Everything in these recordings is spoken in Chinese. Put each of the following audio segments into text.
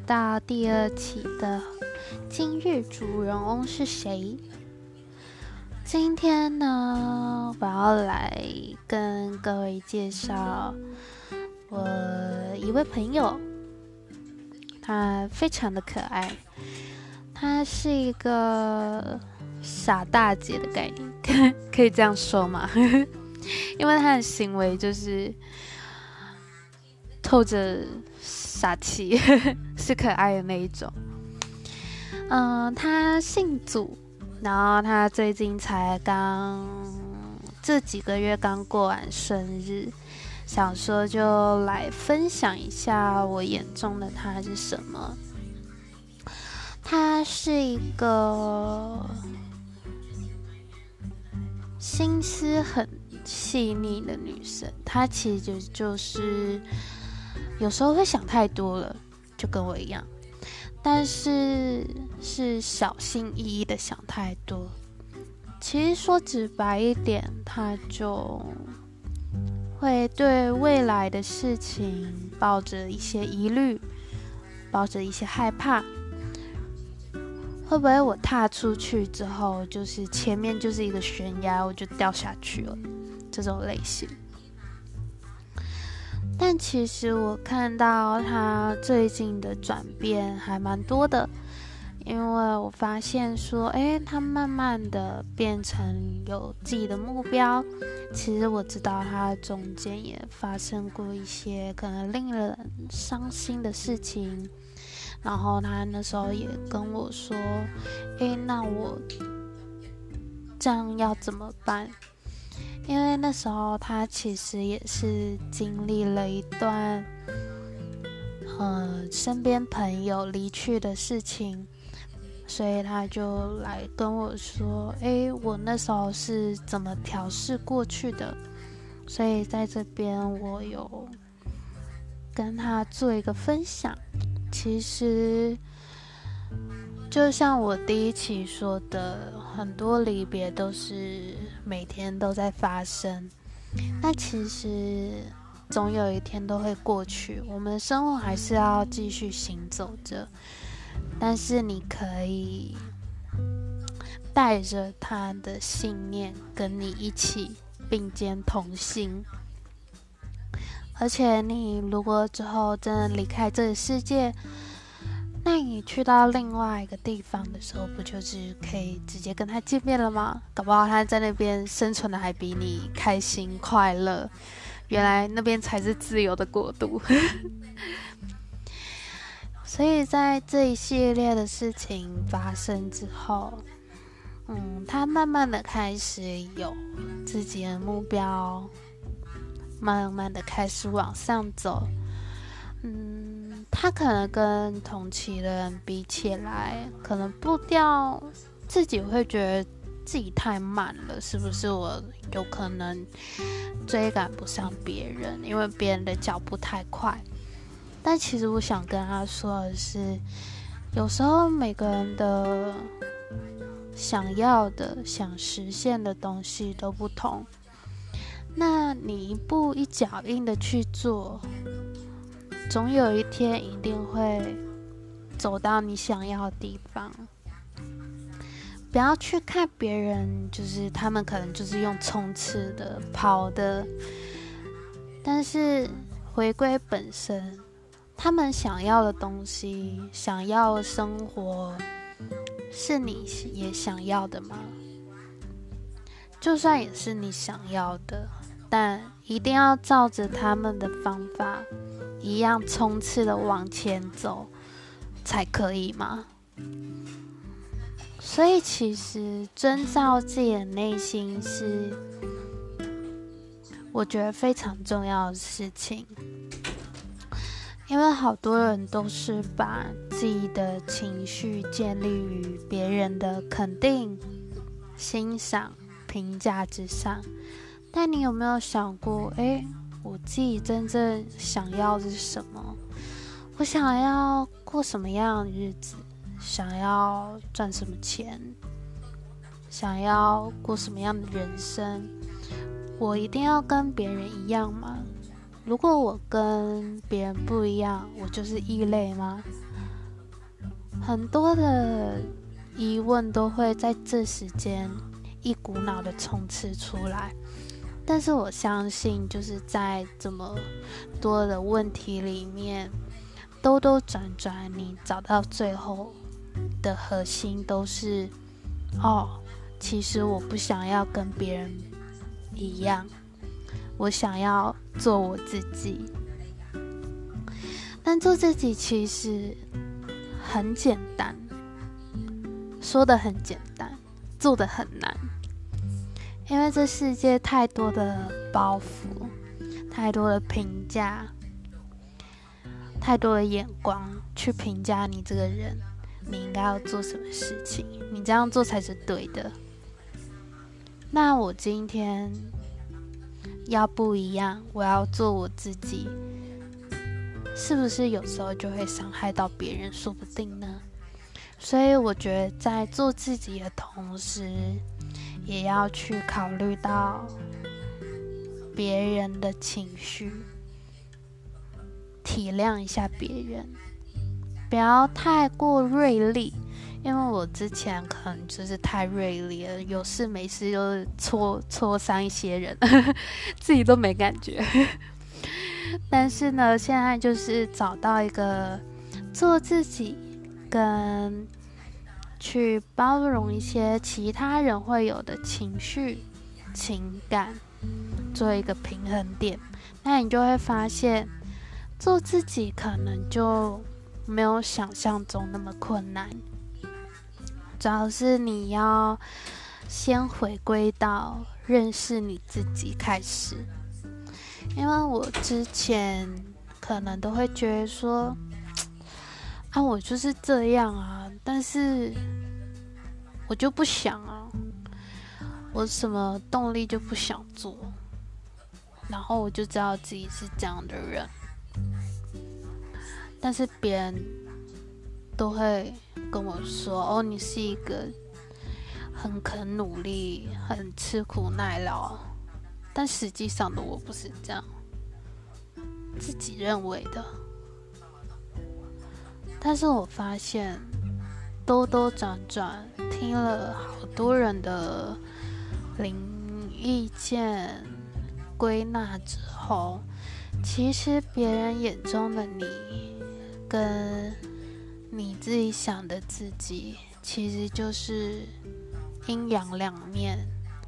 到第二期的今日主人翁是谁？今天呢，我要来跟各位介绍我一位朋友，他非常的可爱，他是一个傻大姐的概念，可以这样说吗？因为他的行为就是透着傻气，是可爱的那一种。他姓祖，然后他最近才这几个月刚过完生日，想说就来分享一下我眼中的他是什么。他是一个心思很细腻的女生，她其实就是有时候会想太多了，就跟我一样，但是是小心翼翼的想太多。其实说直白一点，她就会对未来的事情抱着一些疑虑，抱着一些害怕，会不会我踏出去之后，就是前面就是一个悬崖，我就掉下去了，这种类型。但其实我看到他最近的转变还蛮多的，因为我发现说，他慢慢的变成有自己的目标。其实我知道他中间也发生过一些可能令人伤心的事情，然后他那时候也跟我说，那我这样要怎么办？因为那时候他其实也是经历了一段身边朋友离去的事情，所以他就来跟我说，我那时候是怎么调试过去的。所以在这边我有跟他做一个分享。其实就像我第一期说的，很多离别都是每天都在发生，但其实总有一天都会过去，我们的生活还是要继续行走着，但是你可以带着他的信念跟你一起并肩同行。而且你如果之后真的离开这个世界，那你去到另外一个地方的时候，不就是可以直接跟他见面了吗？搞不好他在那边生存的还比你开心快乐，原来那边才是自由的国度。所以在这一系列的事情发生之后，他慢慢的开始有自己的目标，慢慢的开始往上走。他可能跟同期的人比起来，可能步调自己会觉得自己太慢了，是不是我有可能追赶不上别人，因为别人的脚步太快。但其实我想跟他说的是，有时候每个人的想要的、想实现的东西都不同，那你一步一脚印的去做，总有一天一定会走到你想要的地方。不要去看别人，就是他们可能就是用冲刺的、跑的，但是回归本身，他们想要的东西、想要的生活，是你也想要的吗？就算也是你想要的，但一定要照着他们的方法一样冲刺的往前走才可以吗？所以其实遵照自己的内心是我觉得非常重要的事情，因为好多人都是把自己的情绪建立于别人的肯定、欣赏、评价之上，但你有没有想过，我自己真正想要的是什么？我想要过什么样的日子？想要赚什么钱？想要过什么样的人生？我一定要跟别人一样吗？如果我跟别人不一样，我就是异类吗？ 很多的疑问都会在这时间一股脑的冲刺出来。但是我相信，就是在这么多的问题里面，兜兜转转，你找到最后的核心都是，其实我不想要跟别人一样，我想要做我自己。但做自己其实很简单，说得很简单，做得很难。因为这世界太多的包袱，太多的评价，太多的眼光去评价你这个人，你应该要做什么事情，你这样做才是对的。那我今天要不一样，我要做我自己，是不是有时候就会伤害到别人，说不定呢？所以我觉得在做自己的同时，也要去考虑到别人的情绪，体谅一下别人，不要太过锐利。因为我之前可能就是太锐利了，有事没事就戳伤一些人，自己都没感觉。但是呢，现在就是找到一个做自己跟去包容一些其他人会有的情绪情感，做一个平衡点，那你就会发现做自己可能就没有想象中那么困难。主要是你要先回归到认识你自己开始。因为我之前可能都会觉得说我就是这样啊，但是我就不想啊，我什么动力就不想做，然后我就知道自己是这样的人，但是别人都会跟我说你是一个很肯努力很吃苦耐劳，但实际上的我不是这样，自己认为的。但是我发现兜兜转转听了好多人的意见归纳之后，其实别人眼中的你跟你自己想的自己其实就是阴阳两面，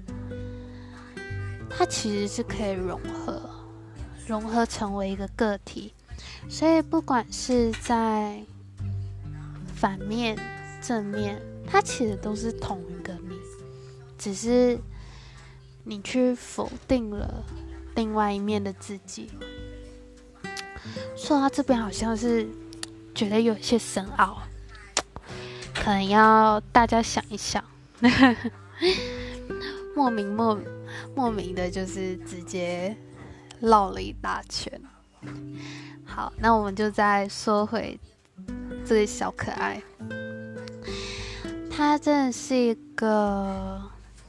它其实是可以融合成为一个个体。所以不管是在反面正面，它其实都是同一个你，只是你去否定了另外一面的自己。说到这边好像是觉得有一些深奥，可能要大家想一想。莫名的就是直接绕了一大圈。好，那我们就再说回这个小可爱，她真的是一个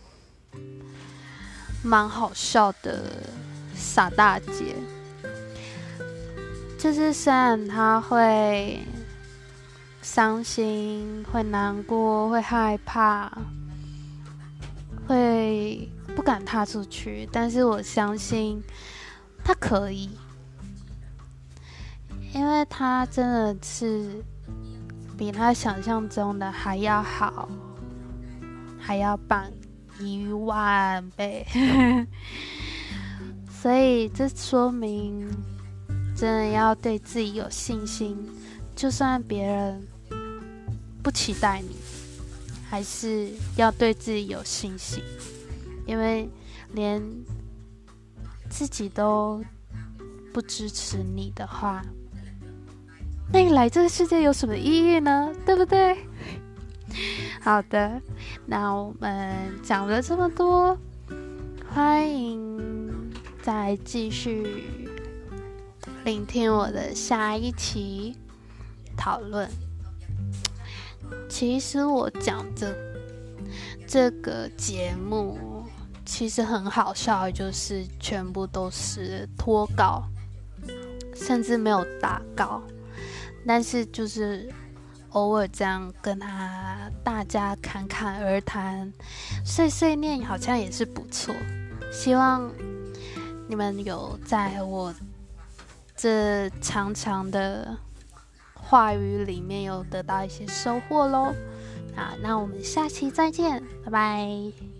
蛮好笑的傻大姐。就是虽然她会伤心，会难过，会害怕，会不敢踏出去，但是我相信她可以，因为她真的是比她想象中的还要好，还要棒10000倍。所以这说明真的要对自己有信心，就算别人不期待你，还是要对自己有信心。因为连自己都不支持你的话，那你来这个世界有什么意义呢？对不对？好的，那我们讲了这么多，欢迎再继续聆听我的下一期讨论。其实我讲这个节目其实很好笑的，就是全部都是脱稿，甚至没有打稿，但是就是偶尔这样跟大家侃侃而谈，碎碎念好像也是不错。希望你们有在我这长长的话语里面有得到一些收获咯。好，那我们下期再见，拜拜。